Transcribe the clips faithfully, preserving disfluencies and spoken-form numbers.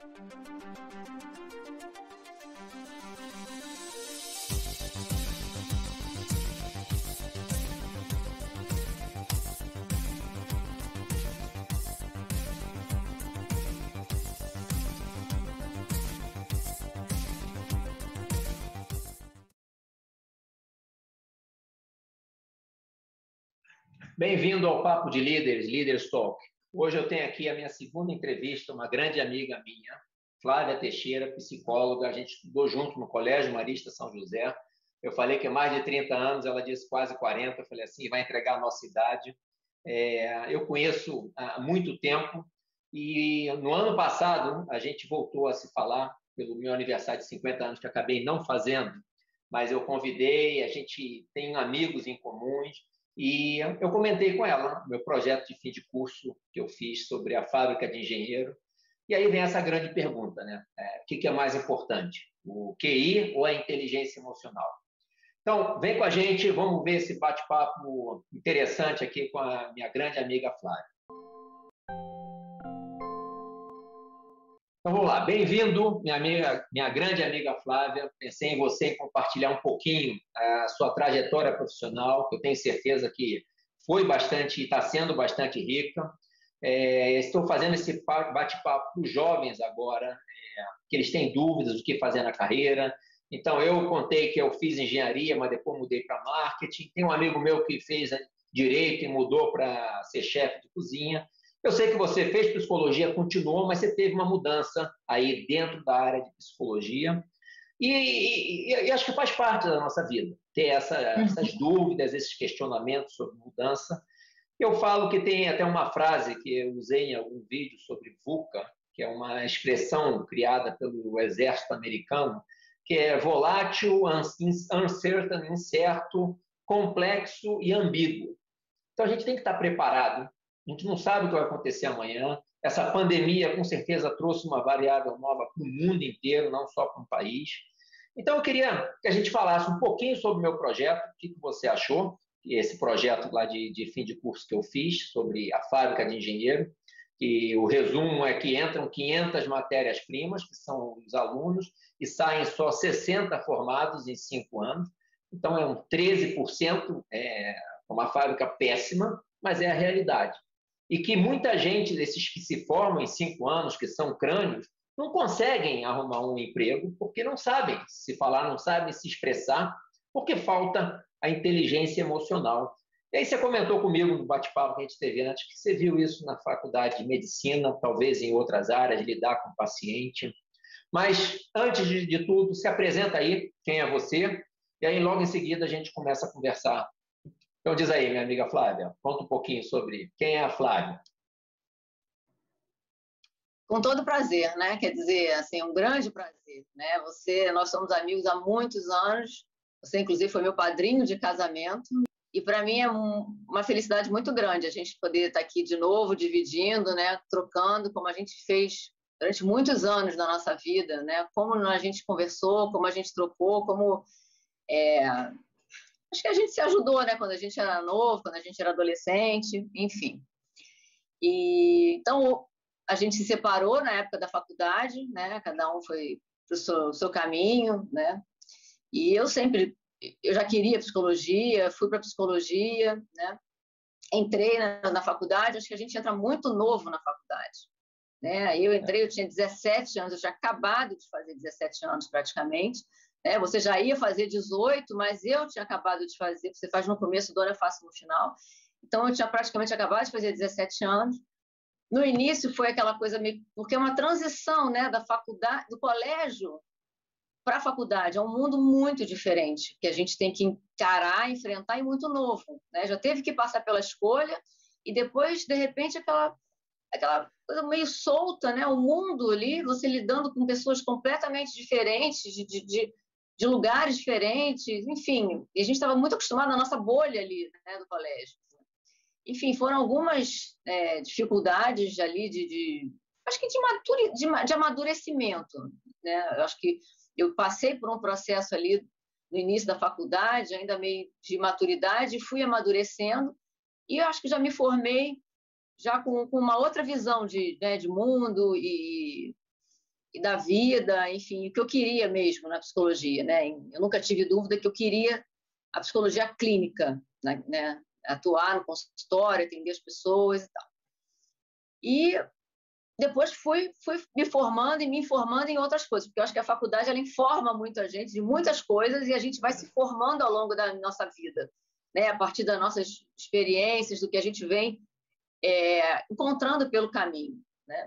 Bem-vindo ao Papo de Líderes, Leaders Talk. Hoje eu tenho aqui a minha segunda entrevista, uma grande amiga minha, Flávia Teixeira, psicóloga. A gente estudou junto no Colégio Marista São José. Eu falei que é mais de trinta anos, ela disse quase quarenta. Eu falei assim, vai entregar a nossa idade. É, eu conheço há muito tempo e no ano passado a gente voltou a se falar pelo meu aniversário de cinquenta anos, que acabei não fazendo, mas eu convidei, a gente tem amigos em comuns. E eu comentei com ela meu projeto de fim de curso que eu fiz sobre a fábrica de engenheiro. E aí vem essa grande pergunta, né? É, o que é mais importante, o Q I ou a inteligência emocional? Então, vem com a gente, vamos ver esse bate-papo interessante aqui com a minha grande amiga Flávia. Então, vamos lá. Bem-vindo, minha amiga, minha grande amiga Flávia. Pensei em você em compartilhar um pouquinho a sua trajetória profissional, que eu tenho certeza que foi bastante, está sendo bastante rica. É, estou fazendo esse bate-papo para os jovens agora, é, que eles têm dúvidas do que fazer na carreira. Então, eu contei que eu fiz engenharia, mas depois mudei para marketing. Tem um amigo meu que fez direito e mudou para ser chefe de cozinha. Eu sei que você fez psicologia, continuou, mas você teve uma mudança aí dentro da área de psicologia. E, e, e acho que faz parte da nossa vida, ter essa, essas dúvidas, esses questionamentos sobre mudança. Eu falo que tem até uma frase que eu usei em algum vídeo sobre VUCA, que é uma expressão criada pelo exército americano, que é volátil, uncertain, incerto, complexo e ambíguo. Então, a gente tem que estar preparado. A gente não sabe o que vai acontecer amanhã. Essa pandemia, com certeza, trouxe uma variável nova para o mundo inteiro, não só para um país. Então, eu queria que a gente falasse um pouquinho sobre o meu projeto, o que você achou, esse projeto lá de, de fim de curso que eu fiz, sobre a fábrica de engenheiro, que o resumo é que entram quinhentas matérias-primas, que são os alunos, e saem só sessenta formados em cinco anos. Então, é um treze por cento, é uma fábrica péssima, mas é a realidade. E que muita gente desses que se formam em cinco anos, que são crânios, não conseguem arrumar um emprego porque não sabem se falar, não sabem se expressar, porque falta a inteligência emocional. E aí você comentou comigo no bate-papo que a gente teve antes, que você viu isso na faculdade de medicina, talvez em outras áreas, lidar com o paciente. Mas, antes de tudo, se apresenta aí, quem é você, e aí logo em seguida a gente começa a conversar. Então, diz aí, minha amiga Flávia, conta um pouquinho sobre quem é a Flávia. Com todo prazer, né? Quer dizer, assim, um grande prazer, né? Você, nós somos amigos há muitos anos. Você, inclusive, foi meu padrinho de casamento. E, para mim, é um, uma felicidade muito grande a gente poder estar aqui de novo, dividindo, né? Trocando, como a gente fez durante muitos anos da nossa vida, né? Como a gente conversou, como a gente trocou, como... É... Acho que a gente se ajudou, né? Quando a gente era novo, quando a gente era adolescente, enfim. E, então, a gente se separou na época da faculdade, né? Cada um foi para o seu, seu caminho, né? E eu sempre, eu já queria psicologia, fui para psicologia, né? Entrei na, na faculdade, acho que a gente entra muito novo na faculdade, né? Eu entrei, eu tinha dezessete anos, eu tinha acabado de fazer dezessete anos praticamente, né? Você já ia fazer dezoito, mas eu tinha acabado de fazer, você faz no começo do ano, eu faço no final. Então, eu tinha praticamente acabado de fazer dezessete anos. No início foi aquela coisa meio... Porque é uma transição, né, da faculdade, do colégio para a faculdade. É um mundo muito diferente, que a gente tem que encarar, enfrentar, e muito novo, né? Já teve que passar pela escolha e depois, de repente, aquela, aquela coisa meio solta, né? O mundo ali, você lidando com pessoas completamente diferentes, de, de, de, de lugares diferentes, enfim. E a gente estava muito acostumado na nossa bolha ali, né, do colégio. Enfim, foram algumas é, dificuldades ali de, de acho que de, maturi, de, de amadurecimento, né? Eu acho que eu passei por um processo ali no início da faculdade, ainda meio de maturidade, e fui amadurecendo, e eu acho que já me formei já com, com uma outra visão de, né, de mundo, e, e da vida, enfim, o que eu queria mesmo na psicologia, né? Eu nunca tive dúvida que eu queria a psicologia clínica, né? Atuar no consultório, atender as pessoas e tal. E depois fui, fui me formando e me informando em outras coisas, porque eu acho que a faculdade ela informa muito a gente de muitas coisas e a gente vai se formando ao longo da nossa vida, né? A partir das nossas experiências, do que a gente vem é, encontrando pelo caminho, né?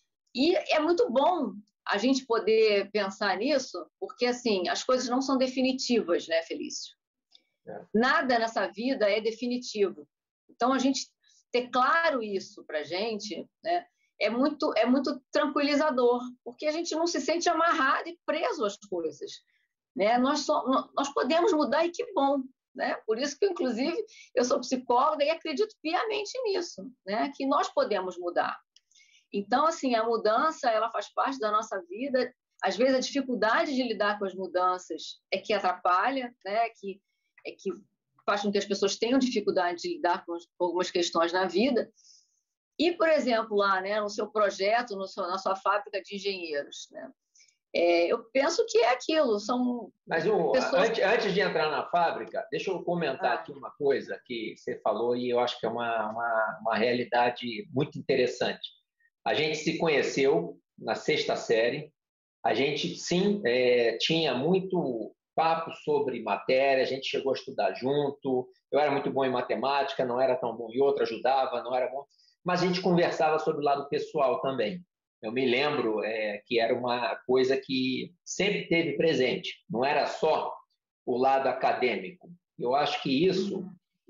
E é muito bom a gente poder pensar nisso, porque assim as coisas não são definitivas, né, Felício? É. Nada nessa vida é definitivo. Então a gente ter claro isso para a gente, né? É muito, é muito tranquilizador, porque a gente não se sente amarrado e preso às coisas, né? Nós, só, nós podemos mudar e que bom, né? Por isso que, inclusive, eu sou psicóloga e acredito piamente nisso, né? Que nós podemos mudar. Então, assim, a mudança, ela faz parte da nossa vida. Às vezes, a dificuldade de lidar com as mudanças é que atrapalha, né? Que, é que faz com que as pessoas tenham dificuldade de lidar com, com algumas questões na vida. E, por exemplo, lá, né, no seu projeto, no seu, na sua fábrica de engenheiros, né, é, eu penso que é aquilo, são Mas o, pessoas... antes, antes de entrar na fábrica, deixa eu comentar ah. aqui uma coisa que você falou e eu acho que é uma, uma, uma realidade muito interessante. A gente se conheceu na sexta série, a gente, sim, é, tinha muito papo sobre matéria, a gente chegou a estudar junto, eu era muito bom em matemática, não era tão bom em outra, ajudava, não era bom... Mas a gente conversava sobre o lado pessoal também. Eu me lembro é, que era uma coisa que sempre teve presente, não era só o lado acadêmico. Eu acho que isso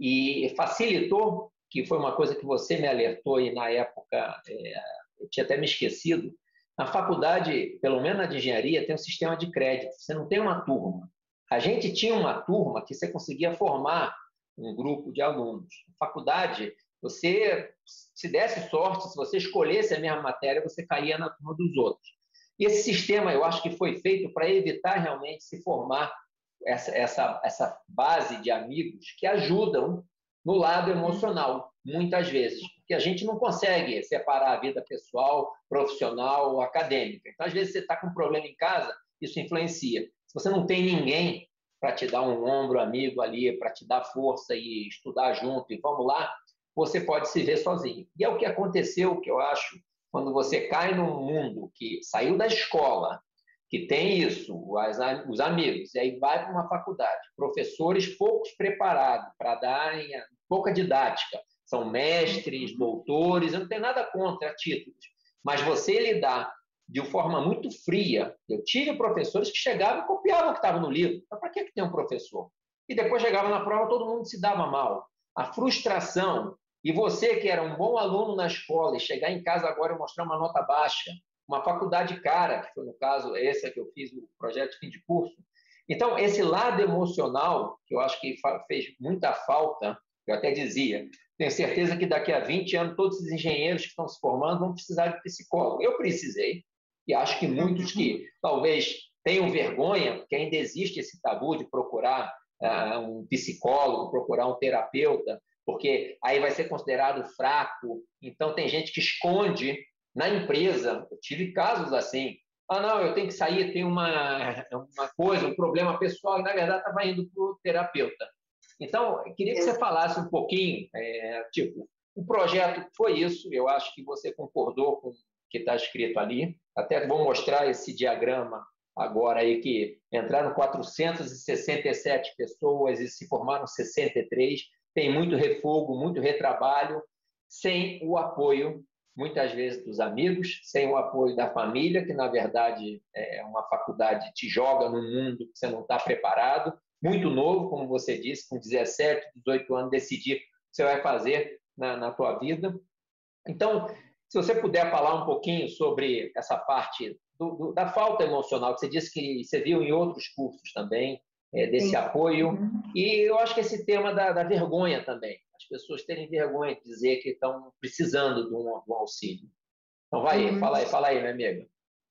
e facilitou, que foi uma coisa que você me alertou e na época é, eu tinha até me esquecido, na faculdade, pelo menos na de engenharia, tem um sistema de crédito, você não tem uma turma. A gente tinha uma turma que você conseguia formar um grupo de alunos. Na faculdade, você, se desse sorte, se você escolhesse a mesma matéria, você caía na turma dos outros. E esse sistema, eu acho que foi feito para evitar realmente se formar essa, essa, essa base de amigos que ajudam no lado emocional, muitas vezes, porque a gente não consegue separar a vida pessoal, profissional ou acadêmica. Então, às vezes, você está com um problema em casa, isso influencia. Se você não tem ninguém para te dar um ombro amigo ali, para te dar força e estudar junto, e vamos lá, você pode se ver sozinho. E é o que aconteceu, que eu acho, quando você cai num mundo que saiu da escola, que tem isso, os amigos, e aí vai para uma faculdade, professores poucos preparados para darem pouca didática, são mestres, doutores, eu não tenho nada contra títulos, mas você lidar de forma muito fria, eu tive professores que chegavam e copiavam o que estava no livro, então para que, que tem um professor? E depois chegava na prova, todo mundo se dava mal. A frustração, e você que era um bom aluno na escola e chegar em casa agora e mostrar uma nota baixa, uma faculdade cara, que foi no caso essa que eu fiz, o projeto de fim de curso. Então, esse lado emocional, que eu acho que fez muita falta, eu até dizia, tenho certeza que daqui a vinte anos todos os engenheiros que estão se formando vão precisar de psicólogo. Eu precisei, e acho que muitos que talvez tenham vergonha, porque ainda existe esse tabu de procurar uh, um psicólogo, procurar um terapeuta, porque aí vai ser considerado fraco. Então, tem gente que esconde na empresa. Eu tive casos assim. Ah, não, eu tenho que sair, tem uma, uma coisa, um problema pessoal, e na verdade estava indo para o terapeuta. Então, eu queria que você falasse um pouquinho, é, tipo, o projeto foi isso, eu acho que você concordou com o que está escrito ali. Até vou mostrar esse diagrama agora aí, que entraram quatrocentas e sessenta e sete pessoas e se formaram sessenta e três. Tem muito refogo, muito retrabalho, sem o apoio, muitas vezes, dos amigos, sem o apoio da família, que, na verdade, é uma faculdade te joga num mundo que você não está preparado, muito novo, como você disse, com dezessete, dezoito anos, decidir o que você vai fazer na, na tua vida. Então, se você puder falar um pouquinho sobre essa parte do, do, da falta emocional, que você disse que você viu em outros cursos também, é, desse Sim. apoio, uhum. E eu acho que esse tema da, da vergonha também, as pessoas terem vergonha de dizer que estão precisando de um, de um auxílio. Então, vai, uhum. fala aí, fala aí, minha amiga.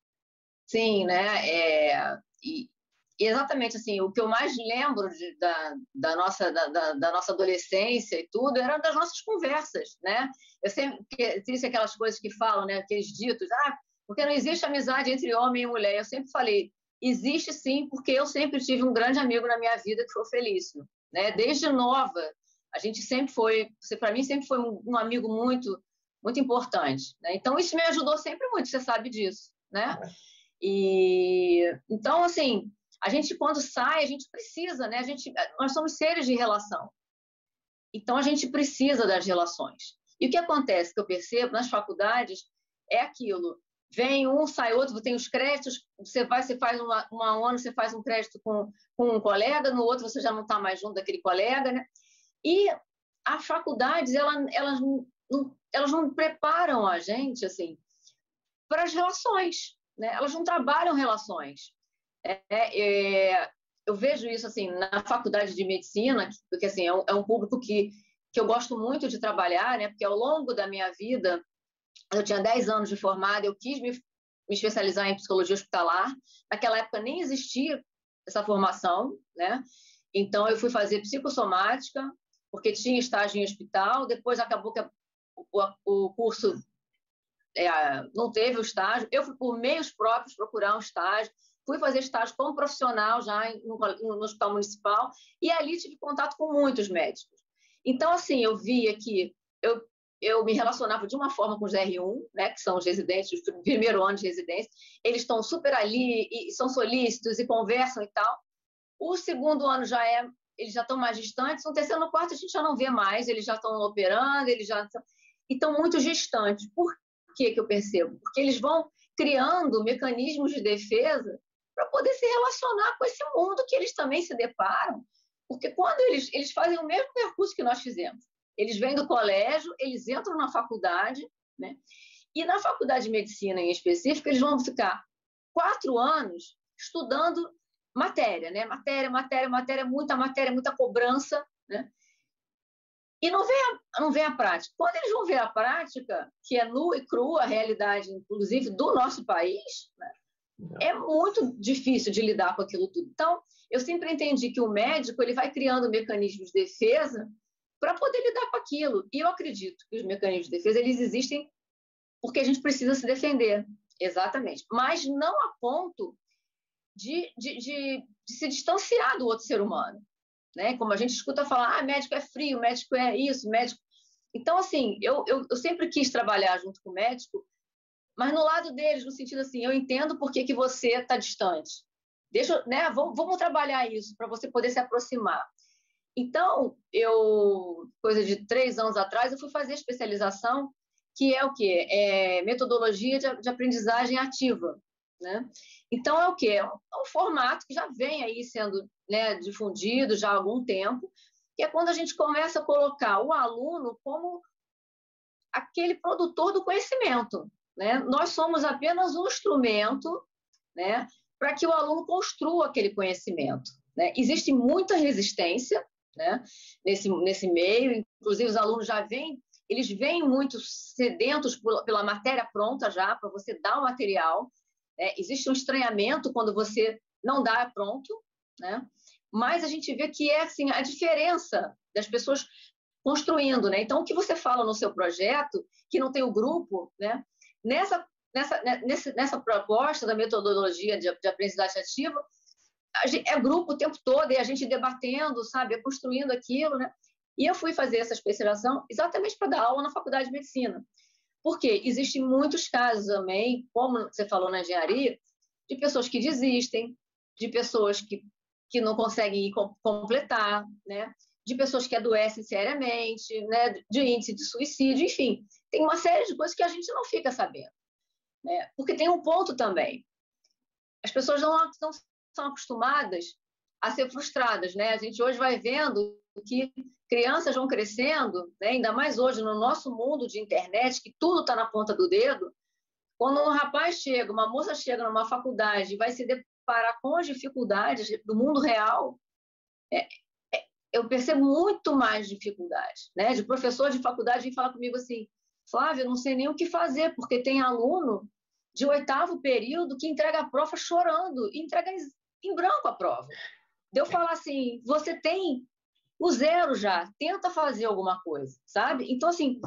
Sim, né, é, e exatamente assim, o que eu mais lembro de, da, da, nossa, da, da nossa adolescência e tudo, eram das nossas conversas, né? Eu sempre disse aquelas coisas que falam, né? Aqueles ditos, ah, Porque não existe amizade entre homem e mulher. Eu sempre falei, existe sim, porque eu sempre tive um grande amigo na minha vida que foi o Felício, né? Desde nova, a gente sempre foi, você para mim sempre foi um, um amigo muito, muito importante, né? Então isso me ajudou sempre muito, você sabe disso, né? E então assim, a gente quando sai, a gente precisa, né? A gente, nós somos seres de relação. Então a gente precisa das relações. E o que acontece que eu percebo nas faculdades é aquilo. Vem um, sai outro, tem os créditos, você vai, você faz uma, uma ONU, você faz um crédito com, com um colega, no outro você já não está mais junto daquele colega, né? E as faculdades, elas, elas, não, elas não preparam a gente, assim, para as relações, né? Elas não trabalham relações. É, é, eu vejo isso, assim, na faculdade de medicina, porque, assim, é um, é um público que, que eu gosto muito de trabalhar, né? Porque ao longo da minha vida, eu tinha dez anos de formada, eu quis me, me especializar em psicologia hospitalar. Naquela época nem existia essa formação, né? Então, eu fui fazer psicossomática, porque tinha estágio em hospital. Depois, acabou que a, o, o curso é, não teve o estágio. Eu fui por meios próprios procurar um estágio. Fui fazer estágio como profissional já no, no hospital municipal. E ali tive contato com muitos médicos. Então, assim, eu via que eu eu me relacionava de uma forma com os R um, né, que são os residentes, o primeiro ano de residência, eles estão super ali e são solícitos e conversam e tal. O segundo ano já é, eles já estão mais distantes, no terceiro e no quarto a gente já não vê mais, eles já estão operando, eles já estão, e estão muito distantes. Por que que eu percebo? Porque eles vão criando mecanismos de defesa para poder se relacionar com esse mundo que eles também se deparam, porque quando eles, eles fazem o mesmo percurso que nós fizemos, eles vêm do colégio, eles entram na faculdade, né? E na faculdade de medicina, em específico, eles vão ficar quatro anos estudando matéria, né? Matéria, matéria, matéria, muita matéria, muita cobrança, né? E não vem, a, não vem a prática. Quando eles vão ver a prática, que é nua e crua, a realidade, inclusive, do nosso país, né? É muito difícil de lidar com aquilo tudo. Então, eu sempre entendi que o médico ele vai criando mecanismos de defesa para poder lidar com aquilo. E eu acredito que os mecanismos de defesa eles existem porque a gente precisa se defender, exatamente. Mas não a ponto de, de, de, de se distanciar do outro ser humano, né? Como a gente escuta falar, ah, médico é frio, médico é isso, médico... Então, assim, eu, eu, eu sempre quis trabalhar junto com o médico, mas no lado deles, no sentido assim, eu entendo por que, que você está distante. Deixa, né? Vamos, vamos trabalhar isso para você poder se aproximar. Então, eu, coisa de três anos atrás, eu fui fazer especialização, que é o quê? É metodologia de, de aprendizagem ativa, né? Então, é o quê? É um, é um formato que já vem aí sendo, né, difundido já há algum tempo, que é quando a gente começa a colocar o aluno como aquele produtor do conhecimento, né? Nós somos apenas um instrumento, né, para que o aluno construa aquele conhecimento, né? Existe muita resistência, né, nesse, nesse meio, inclusive os alunos já vêm, eles vêm muito sedentos por, pela matéria pronta já, para você dar o material, né? Existe um estranhamento quando você não dá pronto, né? Mas a gente vê que é assim, a diferença das pessoas construindo, né? Então, o que você fala no seu projeto, que não tem o grupo, né? Nessa, nessa, nessa, nessa proposta da metodologia de, de aprendizagem ativa, é grupo o tempo todo, e a gente debatendo, sabe, construindo aquilo, né? E eu fui fazer essa especialização exatamente para dar aula na faculdade de medicina. Porque existem muitos casos também, como você falou na engenharia, de pessoas que desistem, de pessoas que, que não conseguem completar, né? De pessoas que adoecem seriamente, né? De índice de suicídio, enfim. Tem uma série de coisas que a gente não fica sabendo, né? Porque tem um ponto também. As pessoas não, não são acostumadas a ser frustradas, né? A gente hoje vai vendo que crianças vão crescendo, né? Ainda mais hoje no nosso mundo de internet, que tudo está na ponta do dedo. Quando um rapaz chega, uma moça chega numa faculdade e vai se deparar com as dificuldades do mundo real, é, é, eu percebo muito mais dificuldades, né? De professor de faculdade vir falar comigo assim, Flávia, eu não sei nem o que fazer, porque tem aluno de oitavo período que entrega a prova chorando, e entrega em branco a prova. Eu falo assim, você tem o zero já, tenta fazer alguma coisa, sabe? Então, assim,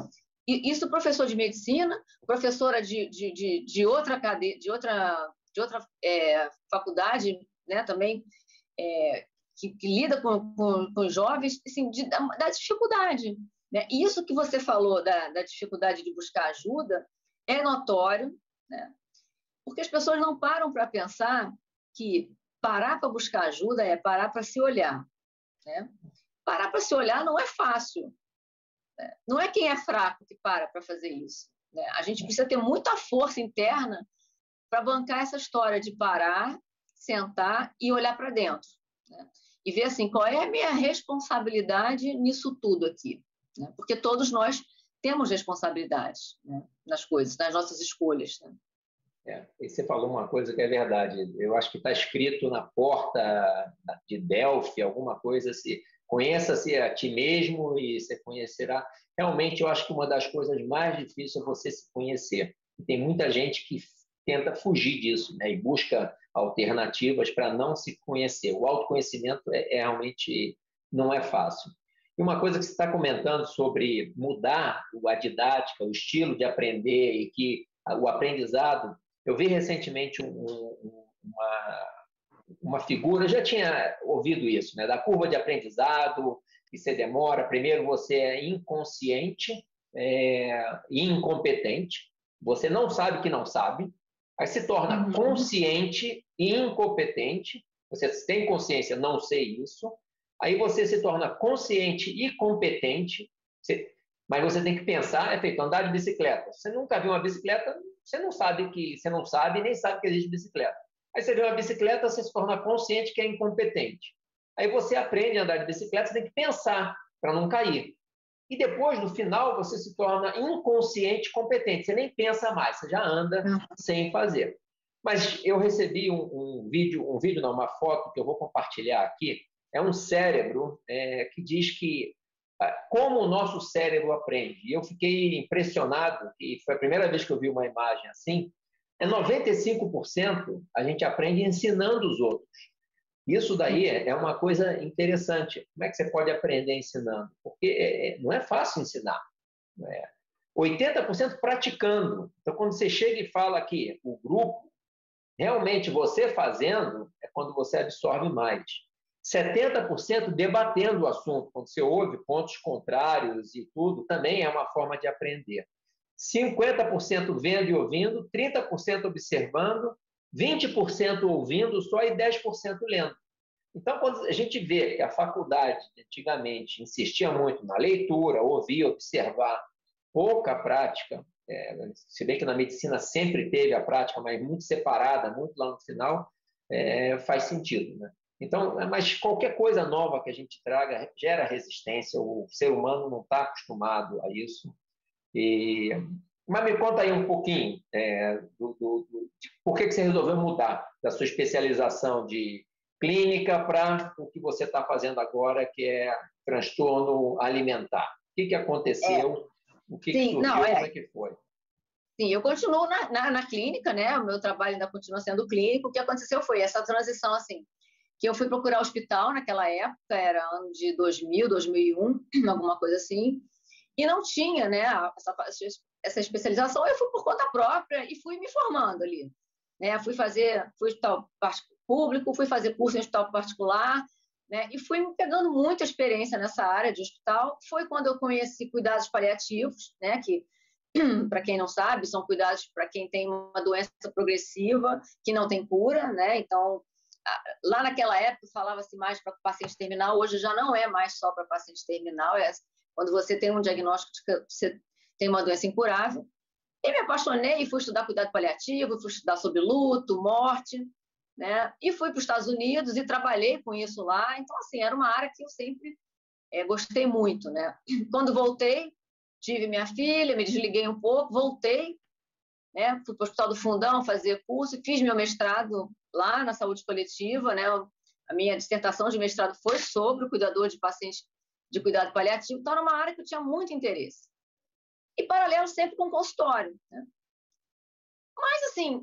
E isso professor de medicina, professora de, de, de, de outra cadeia, de outra, de outra é, faculdade, né, também, é, que, que lida com, com, com jovens, assim, de, da, da dificuldade. Né? E isso que você falou da, da dificuldade de buscar ajuda é notório, né? Porque as pessoas não param para pensar que parar para buscar ajuda é parar para se olhar. Né? Parar para se olhar não é fácil. Né? Não é quem é fraco que para para fazer isso. Né? A gente precisa ter muita força interna para bancar essa história de parar, sentar e olhar para dentro. Né? E ver assim, qual é a minha responsabilidade nisso tudo aqui. Né? Porque todos nós temos responsabilidades, né, nas coisas, nas nossas escolhas. Né? É, e você falou uma coisa que é verdade. Eu acho que está escrito na porta de Delphi, alguma coisa assim, conheça-se a ti mesmo e você conhecerá. Realmente, eu acho que uma das coisas mais difíceis é você se conhecer. E tem muita gente que tenta fugir disso, né, e busca alternativas para não se conhecer. O autoconhecimento é, é realmente não é fácil. E uma coisa que você está comentando sobre mudar a didática, o estilo de aprender e que o aprendizado. Eu vi recentemente um, um, uma, uma figura, já tinha ouvido isso, né, da curva de aprendizado, que você demora. Primeiro, você é inconsciente é, e incompetente, você não sabe que não sabe, aí se torna uhum. consciente e incompetente, você tem consciência, não sei isso. Aí você se torna consciente e competente, você, mas você tem que pensar, é feito andar de bicicleta. Você nunca viu uma bicicleta, você não sabe que você não sabe, nem sabe que existe bicicleta. Aí você vê uma bicicleta, você se torna consciente que é incompetente. Aí você aprende a andar de bicicleta, você tem que pensar para não cair. E depois, no final, você se torna inconsciente competente. Você nem pensa mais, você já anda sem fazer. Mas eu recebi um, um vídeo, um vídeo não, uma foto que eu vou compartilhar aqui. É um cérebro é, que diz que como o nosso cérebro aprende. E eu fiquei impressionado, e foi a primeira vez que eu vi uma imagem assim, é noventa e cinco por cento a gente aprende ensinando os outros. Isso daí é uma coisa interessante. Como é que você pode aprender ensinando? Porque é, não é fácil ensinar. Não é? oitenta por cento praticando. Então, quando você chega e fala que o grupo, realmente você fazendo, é quando você absorve mais. setenta por cento debatendo o assunto, quando você ouve pontos contrários e tudo, também é uma forma de aprender. cinquenta por cento vendo e ouvindo, trinta por cento observando, vinte por cento ouvindo só e dez por cento lendo. Então, quando a gente vê que a faculdade, antigamente, insistia muito na leitura, ouvir, observar, pouca prática, é, se bem que na medicina sempre teve a prática, mas muito separada, muito lá no final, é, faz sentido, né? Então, mas qualquer coisa nova que a gente traga gera resistência, o ser humano não está acostumado a isso. E... Mas me conta aí um pouquinho é, do, do, do, de por que, que você resolveu mudar da sua especialização de clínica para o que você está fazendo agora, que é transtorno alimentar. O que, que aconteceu? É. O que, Sim, que surgiu? Não, é... Como é que foi? Sim, eu continuo na, na, na clínica, né? O meu trabalho ainda continua sendo clínico. O que aconteceu foi essa transição, assim, que eu fui procurar hospital naquela época, era ano de dois mil, dois mil e um, alguma coisa assim, e não tinha, né, essa, essa especialização. Eu fui por conta própria e fui me formando ali, né? Fui fazer, fui hospital público, fui fazer curso em hospital particular, né? E fui pegando muita experiência nessa área de hospital. Foi quando eu conheci cuidados paliativos, né? Que, para quem não sabe, são cuidados para quem tem uma doença progressiva que não tem cura, né? Então, lá naquela época falava-se mais para paciente terminal, hoje já não é mais só para paciente terminal, é quando você tem um diagnóstico de que você tem uma doença incurável. E me apaixonei e fui estudar cuidado paliativo, fui estudar sobre luto, morte, né? E fui para os Estados Unidos e trabalhei com isso lá. Então, assim, era uma área que eu sempre é, gostei muito, né? Quando voltei, tive minha filha, me desliguei um pouco, voltei, né? Fui para o Hospital do Fundão fazer curso, fiz meu mestrado lá na saúde coletiva, né? A minha dissertação de mestrado foi sobre o cuidador de pacientes de cuidado paliativo, então era uma área que eu tinha muito interesse. E paralelo sempre com o consultório, né? Mas, assim,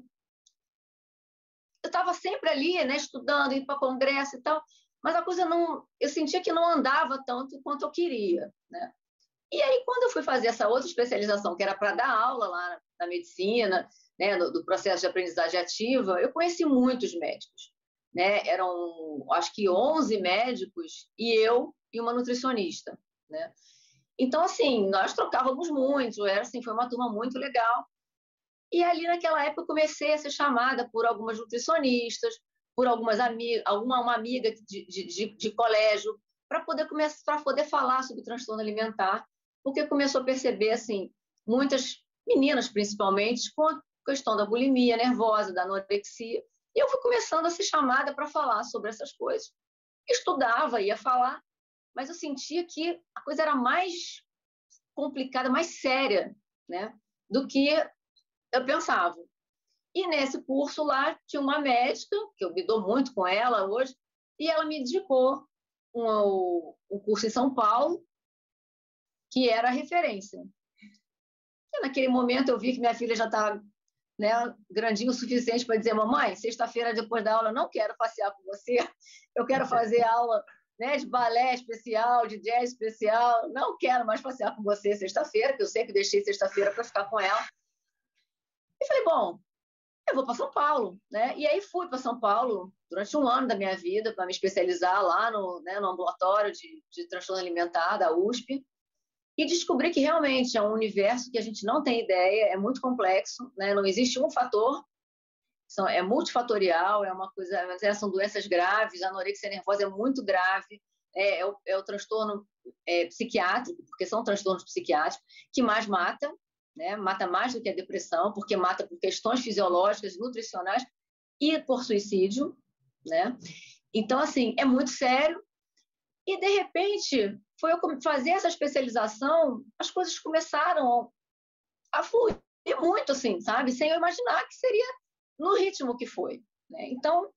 eu estava sempre ali, né, estudando, indo para congresso e tal, mas a coisa não, eu sentia que não andava tanto quanto eu queria, né? E aí, quando eu fui fazer essa outra especialização, que era para dar aula lá na medicina, né, do, do processo de aprendizagem ativa, eu conheci muitos médicos, né? Eram, acho que onze médicos e eu e uma nutricionista, né? Então, assim, nós trocávamos muito, era, assim, foi uma turma muito legal. E ali, naquela época, eu comecei a ser chamada por algumas nutricionistas, por algumas amigas, alguma uma amiga de, de, de, de colégio, para poder começar, para poder falar sobre transtorno alimentar, porque começou a perceber, assim, muitas meninas, principalmente, com a questão da bulimia nervosa, da anorexia. E eu fui começando a ser chamada para falar sobre essas coisas. Estudava, ia falar, mas eu sentia que a coisa era mais complicada, mais séria, né, do que eu pensava. E nesse curso lá tinha uma médica, que eu me dou muito com ela hoje, e ela me indicou um, um curso em São Paulo, que era a referência. E naquele momento eu vi que minha filha já estava, né, grandinho o suficiente para dizer: mamãe, sexta-feira depois da aula eu não quero passear com você, eu quero fazer aula, né, de balé especial, de jazz especial, não quero mais passear com você sexta-feira, porque eu sempre deixei sexta-feira para ficar com ela. E falei: bom, eu vou para São Paulo, né? E aí fui para São Paulo durante um ano da minha vida para me especializar lá no, né, no ambulatório de, de transtorno alimentar da U S P. E descobri que realmente é um universo que a gente não tem ideia, é muito complexo, né? Não existe um fator, são, é multifatorial, é uma coisa, são doenças graves, a anorexia nervosa é muito grave, é, é, o, é o transtorno é, psiquiátrico, porque são transtornos psiquiátricos, que mais mata, né? Mata mais do que a depressão, porque mata por questões fisiológicas, nutricionais e por suicídio, né? Então, assim, é muito sério. E, de repente, foi eu fazer essa especialização, as coisas começaram a fluir muito, assim, sabe? Sem eu imaginar que seria no ritmo que foi, né? Então,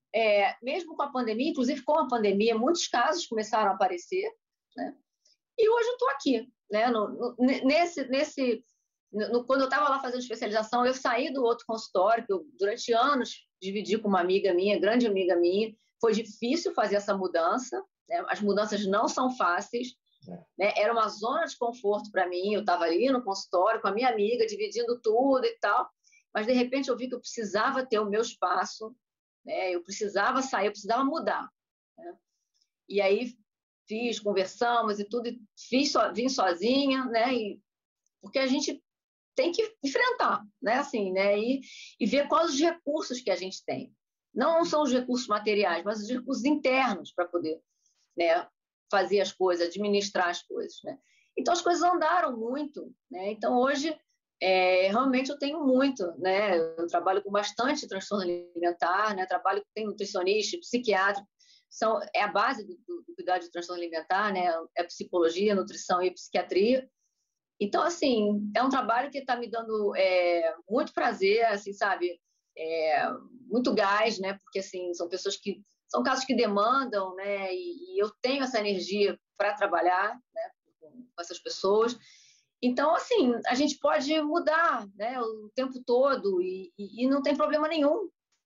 é, mesmo com a pandemia, inclusive com a pandemia, muitos casos começaram a aparecer, né? E hoje eu estou aqui, né? No, no, nesse, nesse, no, quando eu estava lá fazendo especialização, eu saí do outro consultório, que eu, durante anos, dividi com uma amiga minha, grande amiga minha. Foi difícil fazer essa mudança, né? As mudanças não são fáceis, é. Né? Era uma zona de conforto para mim, eu estava ali no consultório com a minha amiga, dividindo tudo e tal, mas de repente eu vi que eu precisava ter o meu espaço, né? Eu precisava sair, eu precisava mudar, né? E aí fiz, conversamos e tudo, e fiz so, vim sozinha, né? E, porque a gente tem que enfrentar, né? Assim, né? E, e ver quais os recursos que a gente tem. Não são os recursos materiais, mas os recursos internos para poder, né, fazer as coisas, administrar as coisas, né? Então as coisas andaram muito, né? Então hoje é, realmente eu tenho muito, né? Eu trabalho com bastante transtorno alimentar, né? Trabalho com nutricionista, psiquiatra, são é a base do, do cuidado de transtorno alimentar, né? É psicologia, nutrição e psiquiatria. Então assim é um trabalho que está me dando é, muito prazer, assim, sabe? É, muito gás, né? Porque assim são pessoas que são casos que demandam, né? E, e eu tenho essa energia para trabalhar, né, com, com essas pessoas. Então, assim, a gente pode mudar, né, o tempo todo e, e, e não tem problema nenhum,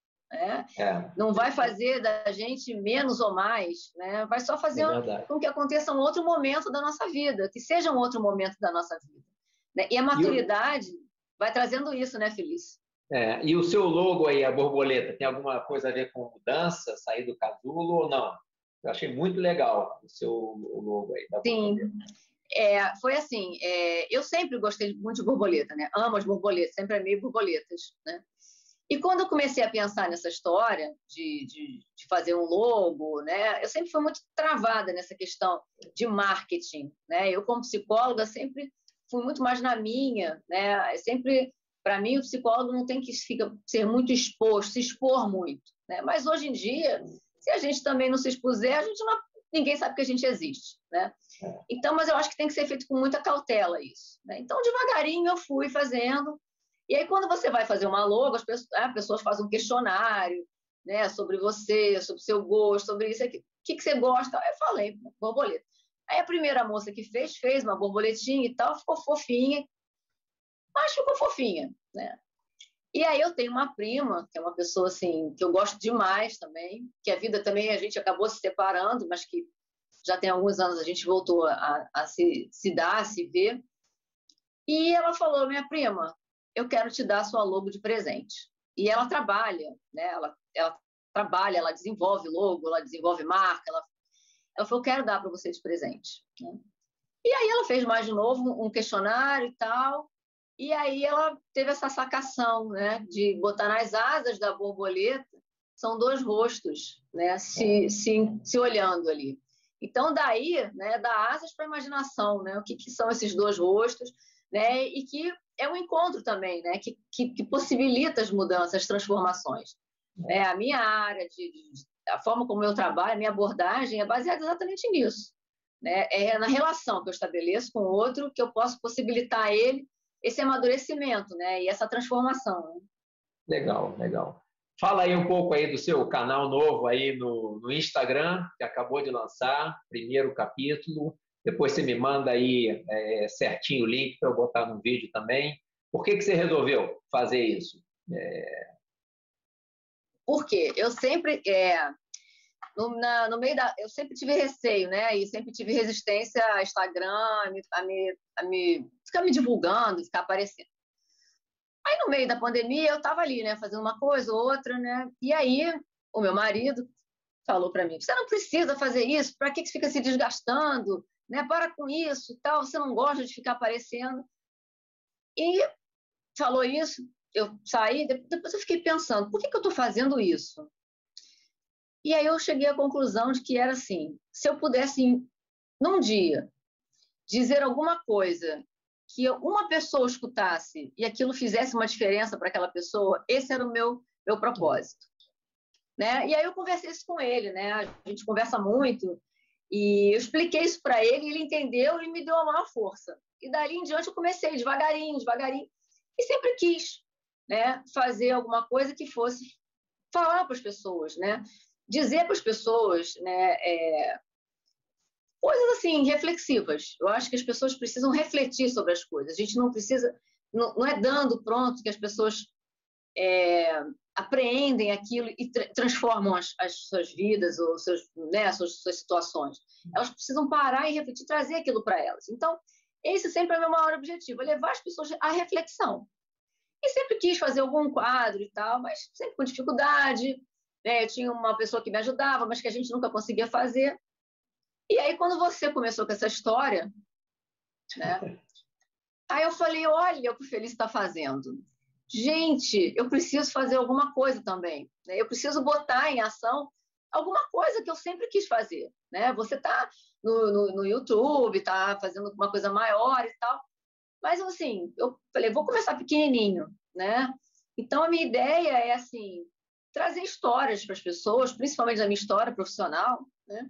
né? É. Não vai fazer da gente menos ou mais, né? Vai só fazer é com que aconteça um outro momento da nossa vida, que seja um outro momento da nossa vida, né? E a maturidade e eu... vai trazendo isso, né, Feliz? É, e o seu logo aí, a borboleta, tem alguma coisa a ver com mudança, sair do casulo ou não? Eu achei muito legal o seu logo aí. Da Sim, é, foi assim, é, eu sempre gostei muito de borboleta, né? Amo as borboletas, sempre amei borboletas, né? E quando eu comecei a pensar nessa história de, de, de fazer um logo, né? Eu sempre fui muito travada nessa questão de marketing, né? Eu, como psicóloga, sempre fui muito mais na minha, né? Eu sempre... Para mim, o psicólogo não tem que ficar, ser muito exposto, se expor muito, né? Mas hoje em dia, se a gente também não se expuser, a gente não, ninguém sabe que a gente existe, né? Então, mas eu acho que tem que ser feito com muita cautela isso, né? Então, devagarinho eu fui fazendo. E aí, quando você vai fazer uma logo, as pessoas, as pessoas fazem um questionário, né? Sobre você, sobre o seu gosto, sobre isso aqui. O que, que você gosta? Aí eu falei, borboleta. Aí a primeira moça que fez, fez uma borboletinha e tal, ficou fofinha. Mas ficou fofinha, né? E aí eu tenho uma prima, que é uma pessoa assim, que eu gosto demais também, que a vida também a gente acabou se separando, mas que já tem alguns anos a gente voltou a, a se, se dar, a se ver. E ela falou, minha prima, eu quero te dar a sua logo de presente. E ela trabalha, né? Ela, ela trabalha, ela desenvolve logo, ela desenvolve marca. Ela, ela falou, quero dar para você de presente. E aí ela fez mais de novo um questionário e tal. E aí ela teve essa sacação, né? De botar nas asas da borboleta, são dois rostos, né? Se, se, se olhando ali. Então, daí, né, dá asas para a imaginação, né? O que, que são esses dois rostos, né? E que é um encontro também, né? Que, que, que possibilita as mudanças, as transformações. É, a minha área, de, de, a forma como eu trabalho, a minha abordagem é baseada exatamente nisso, né? É na relação que eu estabeleço com o outro que eu posso possibilitar a ele esse amadurecimento, né? E essa transformação. Né? Legal, legal. Fala aí um pouco aí do seu canal novo aí no, no Instagram, que acabou de lançar, primeiro capítulo. Depois você me manda aí é, certinho o link para eu botar no vídeo também. Por que que você resolveu fazer isso? É... Por quê? Eu sempre, é, no, na, no meio da, eu sempre tive receio, né? E sempre tive resistência a Instagram, a me, a me, a me ficar me divulgando, ficar aparecendo. Aí, no meio da pandemia, eu estava ali, né, fazendo uma coisa ou outra, né? E aí, o meu marido falou para mim: você não precisa fazer isso, para que que você fica se desgastando, né? Para com isso e tal, você não gosta de ficar aparecendo. E falou isso, eu saí, depois eu fiquei pensando: por que que eu estou fazendo isso? E aí eu cheguei à conclusão de que era assim: se eu pudesse, num dia, dizer alguma coisa que uma pessoa escutasse e aquilo fizesse uma diferença para aquela pessoa, esse era o meu, meu propósito. Né? E aí eu conversei isso com ele, né? A gente conversa muito, e eu expliquei isso para ele, e ele entendeu e me deu a maior força. E dali em diante eu comecei devagarinho, devagarinho, e sempre quis, né, fazer alguma coisa que fosse falar para as pessoas, né? Dizer para as pessoas, né, é, coisas assim, reflexivas. Eu acho que as pessoas precisam refletir sobre as coisas. A gente não precisa, não, não é dando pronto que as pessoas é, apreendem aquilo e tra transformam as, as suas vidas ou seus, né, as suas, suas situações. Elas precisam parar e refletir, trazer aquilo para elas. Então, esse sempre é o meu maior objetivo, é levar as pessoas à reflexão. E sempre quis fazer algum quadro e tal, mas sempre com dificuldade. Né? Eu tinha uma pessoa que me ajudava, mas que a gente nunca conseguia fazer. E aí, quando você começou com essa história, né? Aí eu falei, olha o que o Feliz está fazendo. Gente, eu preciso fazer alguma coisa também. Né? Eu preciso botar em ação alguma coisa que eu sempre quis fazer. Né? Você está no, no, no YouTube, está fazendo uma coisa maior e tal. Mas, assim, eu falei, vou começar pequenininho. Né? Então, a minha ideia é, assim, trazer histórias para as pessoas, principalmente a minha história profissional, né?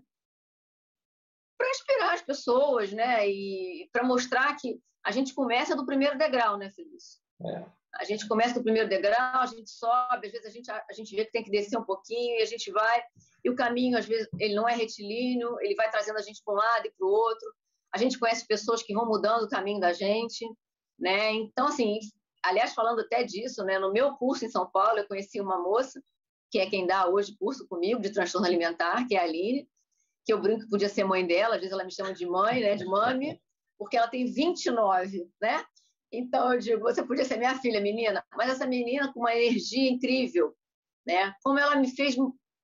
Para inspirar as pessoas, né? E para mostrar que a gente começa do primeiro degrau, né, Feliz? É. A gente começa do primeiro degrau, a gente sobe, às vezes a gente, a gente vê que tem que descer um pouquinho e a gente vai, e o caminho, às vezes, ele não é retilíneo, ele vai trazendo a gente para um lado e para o outro. A gente conhece pessoas que vão mudando o caminho da gente, né? Então, assim, aliás, falando até disso, né, no meu curso em São Paulo, eu conheci uma moça, que é quem dá hoje curso comigo de transtorno alimentar, que é a Aline, que eu brinco que podia ser mãe dela, às vezes ela me chama de mãe, né, de mami, porque ela tem vinte e nove, né? Então eu digo, você podia ser minha filha, menina, mas essa menina com uma energia incrível, né? Como ela me fez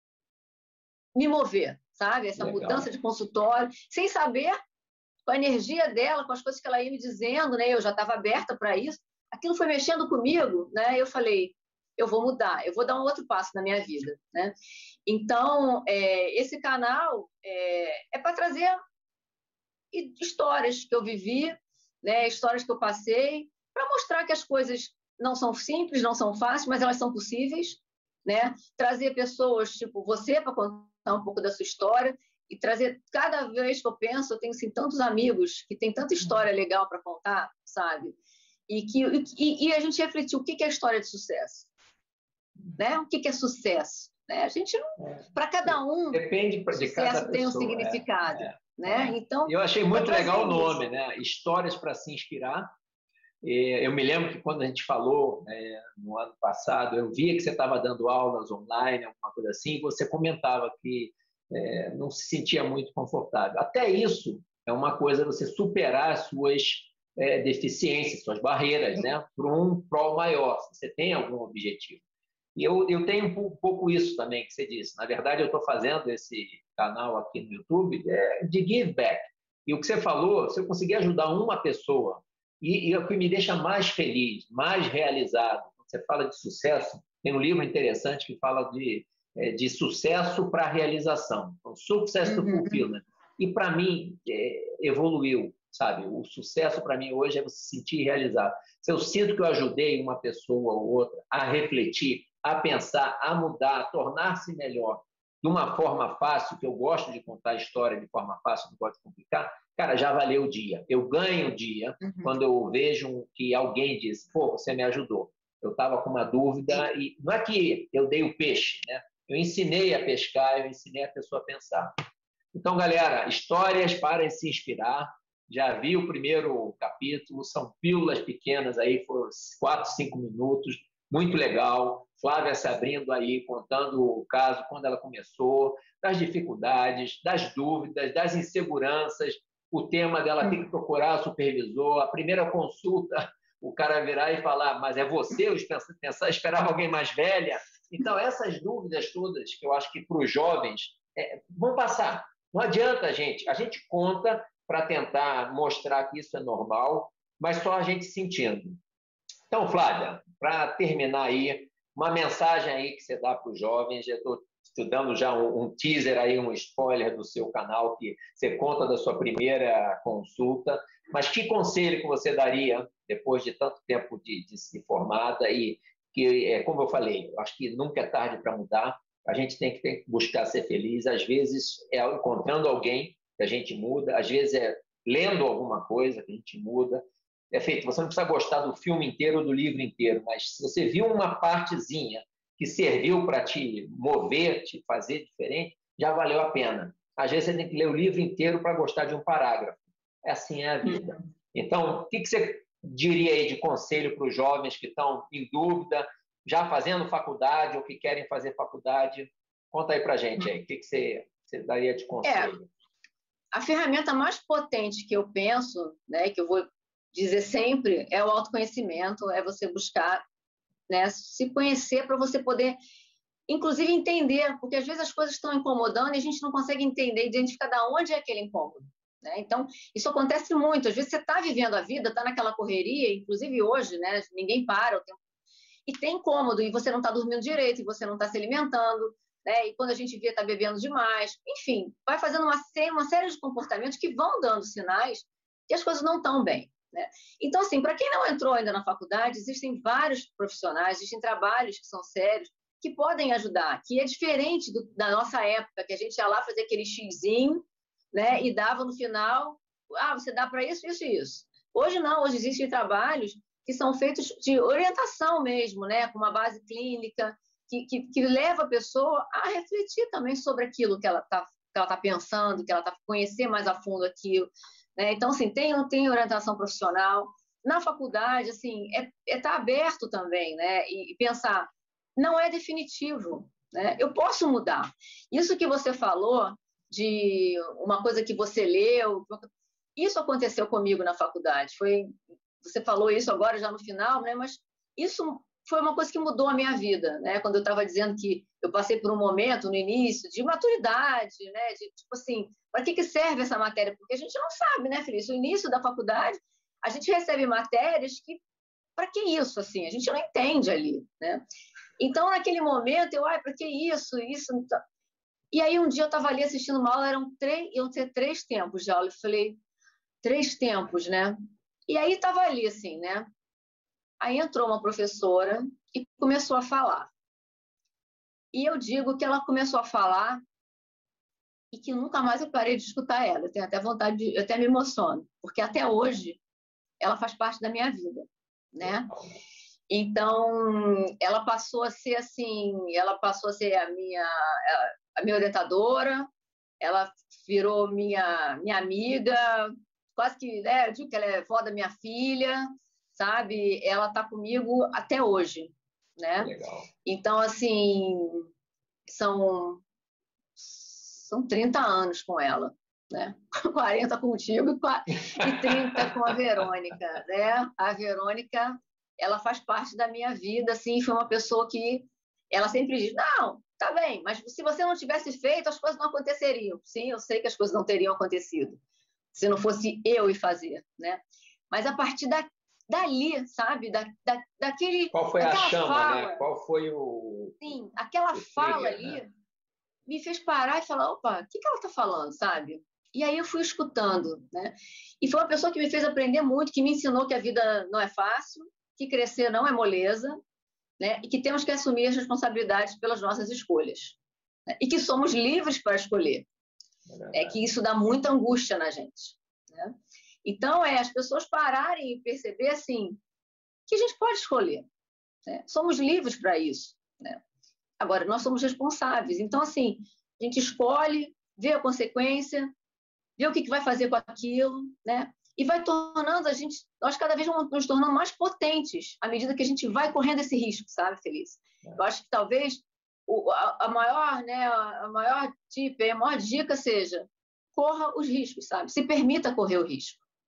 me mover, sabe? Essa Legal. mudança de consultório, sem saber, com a energia dela, com as coisas que ela ia me dizendo, né? Eu já estava aberta para isso. Aquilo foi mexendo comigo, né? Eu falei, eu vou mudar, eu vou dar um outro passo na minha vida, né? Então, é, esse canal é, é para trazer histórias que eu vivi, né, histórias que eu passei, para mostrar que as coisas não são simples, não são fáceis, mas elas são possíveis, né? Trazer pessoas tipo você para contar um pouco da sua história e trazer, cada vez que eu penso, eu tenho assim, tantos amigos que têm tanta história legal para contar, sabe? E, que, e, e a gente refletiu o que é a história de sucesso, né? O que é sucesso? Né? A gente não, para cada um, depende de cada pessoa, tem um significado, é, é, né? é. Então, eu achei muito legal o nome, isso. né? Histórias para se inspirar. Eu me lembro que quando a gente falou, né, no ano passado, eu via que você estava dando aulas online, alguma coisa assim, e você comentava que é, não se sentia muito confortável. Até isso é uma coisa, você superar as suas é, deficiências, suas barreiras, né? Para um prol maior, se você tem algum objetivo. E eu, eu tenho um pouco isso também que você disse. Na verdade, eu estou fazendo esse canal aqui no YouTube é, de give back. E o que você falou, se eu conseguir ajudar uma pessoa, e, e é o que me deixa mais feliz, mais realizado. Quando você fala de sucesso, tem um livro interessante que fala de, é, de sucesso para realização. Então, Success to Fulfillment. E, para mim, é, evoluiu, sabe? O sucesso, para mim, hoje é você se sentir realizado. Se eu sinto que eu ajudei uma pessoa ou outra a refletir, a pensar, a mudar, a tornar-se melhor de uma forma fácil, que eu gosto de contar a história de forma fácil, não gosto de complicar, cara, já valeu o dia. Eu ganho o dia uhum. quando eu vejo que alguém diz, pô, você me ajudou. Eu estava com uma dúvida e não é que eu dei o peixe, né? Eu ensinei a pescar, eu ensinei a pessoa a pensar. Então, galera, histórias para se inspirar. Já vi o primeiro capítulo, são pílulas pequenas aí, foram quatro, cinco minutos, muito legal. Flávia se abrindo aí, contando o caso, quando ela começou, das dificuldades, das dúvidas, das inseguranças, o tema dela ter que procurar o supervisor, a primeira consulta, o cara virar e falar, mas é você? Eu pensava, esperava alguém mais velha. Então, essas dúvidas todas, que eu acho que para os jovens, é, vão passar. Não adianta, gente. A gente conta para tentar mostrar que isso é normal, mas só a gente sentindo. Então, Flávia, para terminar aí, uma mensagem aí que você dá para os jovens, já estou estudando já um, um teaser aí, um spoiler do seu canal, que você conta da sua primeira consulta, mas que conselho que você daria, depois de tanto tempo de, de se formada, e que, como eu falei, eu acho que nunca é tarde para mudar, a gente tem que, tem que buscar ser feliz, às vezes é encontrando alguém que a gente muda, às vezes é lendo alguma coisa que a gente muda. É feito, você não precisa gostar do filme inteiro ou do livro inteiro, mas se você viu uma partezinha que serviu para te mover, te fazer diferente, já valeu a pena. Às vezes você tem que ler o livro inteiro para gostar de um parágrafo. Assim é a vida. Então, o que você diria aí de conselho para os jovens que estão em dúvida, já fazendo faculdade ou que querem fazer faculdade? Conta aí para a gente aí, o que você, você daria de conselho? É, a ferramenta mais potente que eu penso, né, que eu vou dizer sempre, é o autoconhecimento, é você buscar, né, se conhecer para você poder, inclusive, entender, porque às vezes as coisas estão incomodando e a gente não consegue entender, identificar de onde é aquele incômodo. Né? Então, isso acontece muito. Às vezes você está vivendo a vida, está naquela correria, inclusive hoje, né, ninguém para, o tempo... e tem incômodo, e você não está dormindo direito, e você não está se alimentando, né? E quando a gente vê, está bebendo demais. Enfim, vai fazendo uma, uma série de comportamentos que vão dando sinais que as coisas não estão bem. Né? Então, assim, para quem não entrou ainda na faculdade, existem vários profissionais, existem trabalhos que são sérios, que podem ajudar, que é diferente do, da nossa época, que a gente ia lá fazer aquele xizinho, né, e dava no final, ah, você dá para isso, isso e isso. Hoje não, hoje existem trabalhos que são feitos de orientação mesmo, né, com uma base clínica, que, que, que leva a pessoa a refletir também sobre aquilo que ela está que ela tá pensando, que ela está conhecer mais a fundo aquilo. Né? Então, assim, tem, tem orientação profissional. Na faculdade, assim, é, é tá aberto também, né? E, e pensar, não é definitivo, né? Eu posso mudar. Isso que você falou de uma coisa que você leu, isso aconteceu comigo na faculdade. Foi, você falou isso agora já no final, né? Mas isso foi uma coisa que mudou a minha vida, né? Quando eu estava dizendo que eu passei por um momento no início de maturidade, né? De tipo assim, para que que serve essa matéria? Porque a gente não sabe, né, Felício? No início da faculdade, a gente recebe matérias que para que isso assim? A gente não entende ali, né? Então, naquele momento, eu, ai, para que isso? Isso E aí um dia eu estava ali assistindo uma aula, eram três, iam ter três tempos de aula. Eu falei, três tempos, né? E aí estava ali assim, né? Aí entrou uma professora e começou a falar. E eu digo que ela começou a falar e que nunca mais eu parei de escutar ela. Eu tenho até vontade de... Eu até me emociono, porque até hoje ela faz parte da minha vida, né? Então, ela passou a ser assim... Ela passou a ser a minha, a minha orientadora, ela virou minha, minha amiga, quase que... Né, eu digo que ela é vó da minha filha, sabe? Ela está comigo até hoje, né? Legal. Então, assim, são são trinta anos com ela, né? quarenta contigo e trinta com a Verônica, né? A Verônica, ela faz parte da minha vida, assim, foi uma pessoa que ela sempre diz, não, tá bem, mas se você não tivesse feito, as coisas não aconteceriam. Sim, eu sei que as coisas não teriam acontecido se não fosse eu ir fazer, né? Mas a partir da, dali, sabe? Da, da, daquele, Qual foi a chama, fala, né? Qual foi o... Sim, aquela o fala trigger, ali né? me fez parar e falar, opa, o que, que ela está falando, sabe? E aí eu fui escutando, né? E foi uma pessoa que me fez aprender muito, que me ensinou que a vida não é fácil, que crescer não é moleza, né? E que temos que assumir as responsabilidades pelas nossas escolhas, né? E que somos livres para escolher. É, é que isso dá muita angústia na gente, né? Então, é as pessoas pararem e perceber, assim, que a gente pode escolher, né? Somos livres para isso, né? Agora, nós somos responsáveis. Então, assim, a gente escolhe, vê a consequência, vê o que vai fazer com aquilo, né? E vai tornando a gente, nós cada vez vamos nos tornando mais potentes à medida que a gente vai correndo esse risco, sabe, Feliz? Eu acho que talvez o, a, a maior, né, a maior tip, a maior dica seja corra os riscos, sabe? Se permita correr o risco,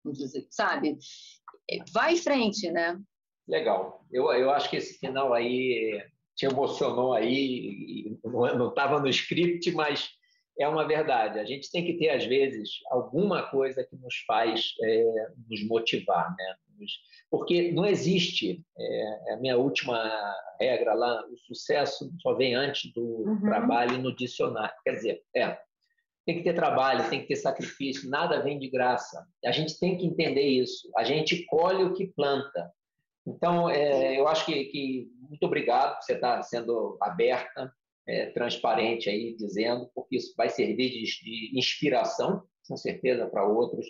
sabe? Vai em frente, né? Legal. Eu, eu acho que esse final aí te emocionou aí, não estava no script, mas é uma verdade. A gente tem que ter, às vezes, alguma coisa que nos faz é, nos motivar, né? Porque não existe, é, é a minha última regra lá, o sucesso só vem antes do uhum. trabalho no dicionário. Quer dizer, é, tem que ter trabalho, tem que ter sacrifício, nada vem de graça. A gente tem que entender isso. A gente colhe o que planta. Então, é, eu acho que, que muito obrigado por você estar sendo aberta, é, transparente aí, dizendo, porque isso vai servir de, de inspiração, com certeza, para outros.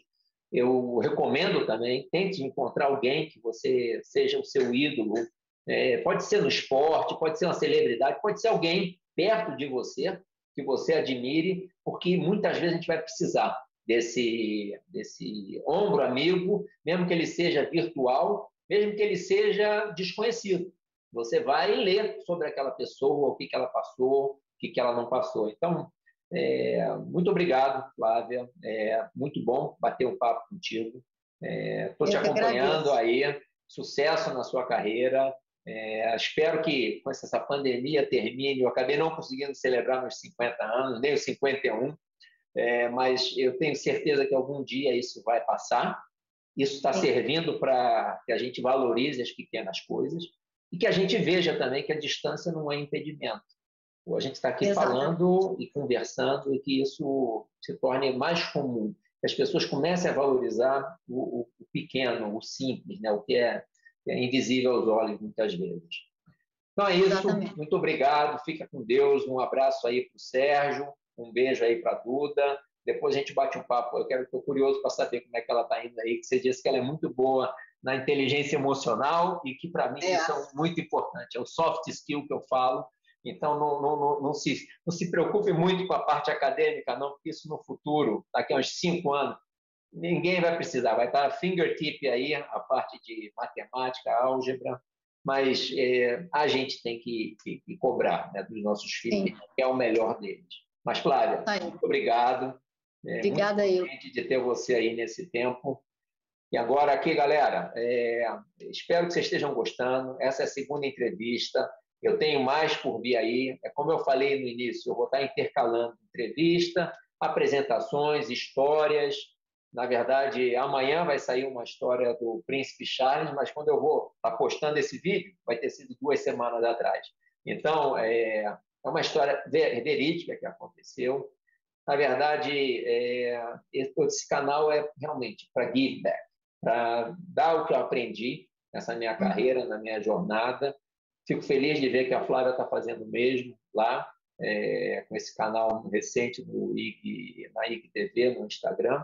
Eu recomendo também, tente encontrar alguém que você seja o seu ídolo. É, pode ser no esporte, pode ser uma celebridade, pode ser alguém perto de você, que você admire, porque muitas vezes a gente vai precisar desse, desse ombro amigo, mesmo que ele seja virtual, mesmo que ele seja desconhecido. Você vai ler sobre aquela pessoa, o que, que ela passou, o que, que ela não passou. Então, é, muito obrigado, Flávia. É muito bom bater um papo contigo. Estou é, te acompanhando aí. Sucesso na sua carreira. É, espero que com essa pandemia termine. Eu acabei não conseguindo celebrar meus cinquenta anos, nem os cinquenta e um, é, mas eu tenho certeza que algum dia isso vai passar. Isso está servindo para que a gente valorize as pequenas coisas e que a gente veja também que a distância não é impedimento. A gente está aqui Exatamente. falando e conversando e que isso se torne mais comum, que as pessoas comecem a valorizar o, o pequeno, o simples, né? O que é, que é invisível aos olhos muitas vezes. Então é isso, Exatamente. Muito obrigado, fica com Deus, um abraço aí para o Sérgio, um beijo aí para a Duda. Depois a gente bate um papo. Eu quero, estou curioso para saber como é que ela está indo aí, que você disse que ela é muito boa na inteligência emocional e que, para mim, é. isso é muito importante. É o soft skill que eu falo. Então, não, não, não, não, se, não se preocupe muito com a parte acadêmica, não, porque isso no futuro, daqui a uns cinco anos, ninguém vai precisar. Vai estar fingertip aí, a parte de matemática, álgebra, mas é, a gente tem que, que, que cobrar, né, dos nossos filhos, Sim. que é o melhor deles. Mas, Flávia, Aí. muito obrigado. É, Obrigada eu. de ter você aí nesse tempo. E agora aqui, galera, é, espero que vocês estejam gostando. Essa é a segunda entrevista. Eu tenho mais por vir aí. É como eu falei no início, eu vou estar intercalando entrevista, apresentações, histórias. Na verdade, amanhã vai sair uma história do Príncipe Charles, mas quando eu vou estar postando esse vídeo, vai ter sido duas semanas atrás. Então, é, é uma história verídica que aconteceu. Na verdade, é, esse canal é realmente para give back, para dar o que eu aprendi nessa minha carreira, na minha jornada. Fico feliz de ver que a Flávia está fazendo o mesmo lá, é, com esse canal recente no I G, na I G T V, no Instagram.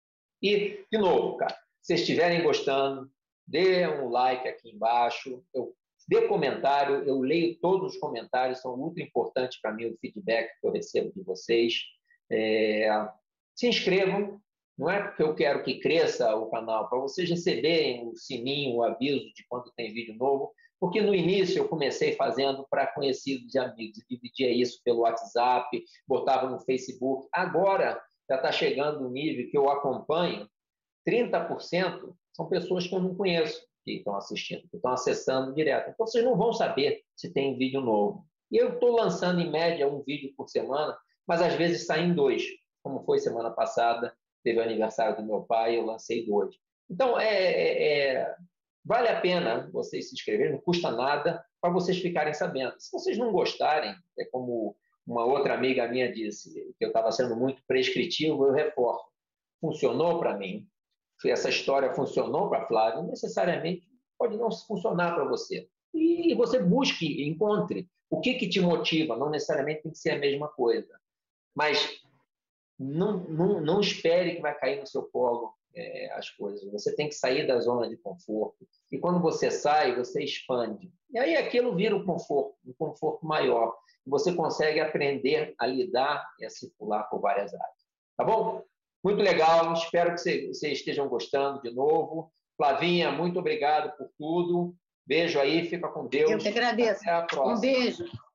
E, de novo, cara, se vocês estiverem gostando, dê um like aqui embaixo, eu, dê comentário, eu leio todos os comentários, são muito importantes para mim o feedback que eu recebo de vocês. É, se inscrevam, não é porque eu quero que cresça o canal, para vocês receberem o sininho, o aviso de quando tem vídeo novo, Porque no início eu comecei fazendo para conhecidos e amigos, dividia isso pelo WhatsApp, botava no Facebook. Agora já está chegando um nível que eu acompanho, trinta por cento são pessoas que eu não conheço que estão assistindo, que estão acessando direto. Então vocês não vão saber se tem vídeo novo. E eu estou lançando em média um vídeo por semana, mas às vezes saem dois, como foi semana passada, teve o aniversário do meu pai, eu lancei dois. Então, é, é, é, vale a pena vocês se inscreverem, não custa nada, para vocês ficarem sabendo. Se vocês não gostarem, é como uma outra amiga minha disse, que eu estava sendo muito prescritivo, eu reforço. Funcionou para mim, se essa história funcionou para Flávio, necessariamente pode não funcionar para você. E você busque, encontre o que, que te motiva, não necessariamente tem que ser a mesma coisa. Mas não, não, não espere que vai cair no seu colo é, as coisas. Você tem que sair da zona de conforto. E quando você sai, você expande. E aí aquilo vira um conforto, um conforto maior. Você consegue aprender a lidar e a circular por várias áreas. Tá bom? Muito legal. Espero que vocês estejam gostando de novo. Flavinha, muito obrigado por tudo. Beijo aí, fica com Deus. Eu que agradeço. Até a próxima. Um beijo.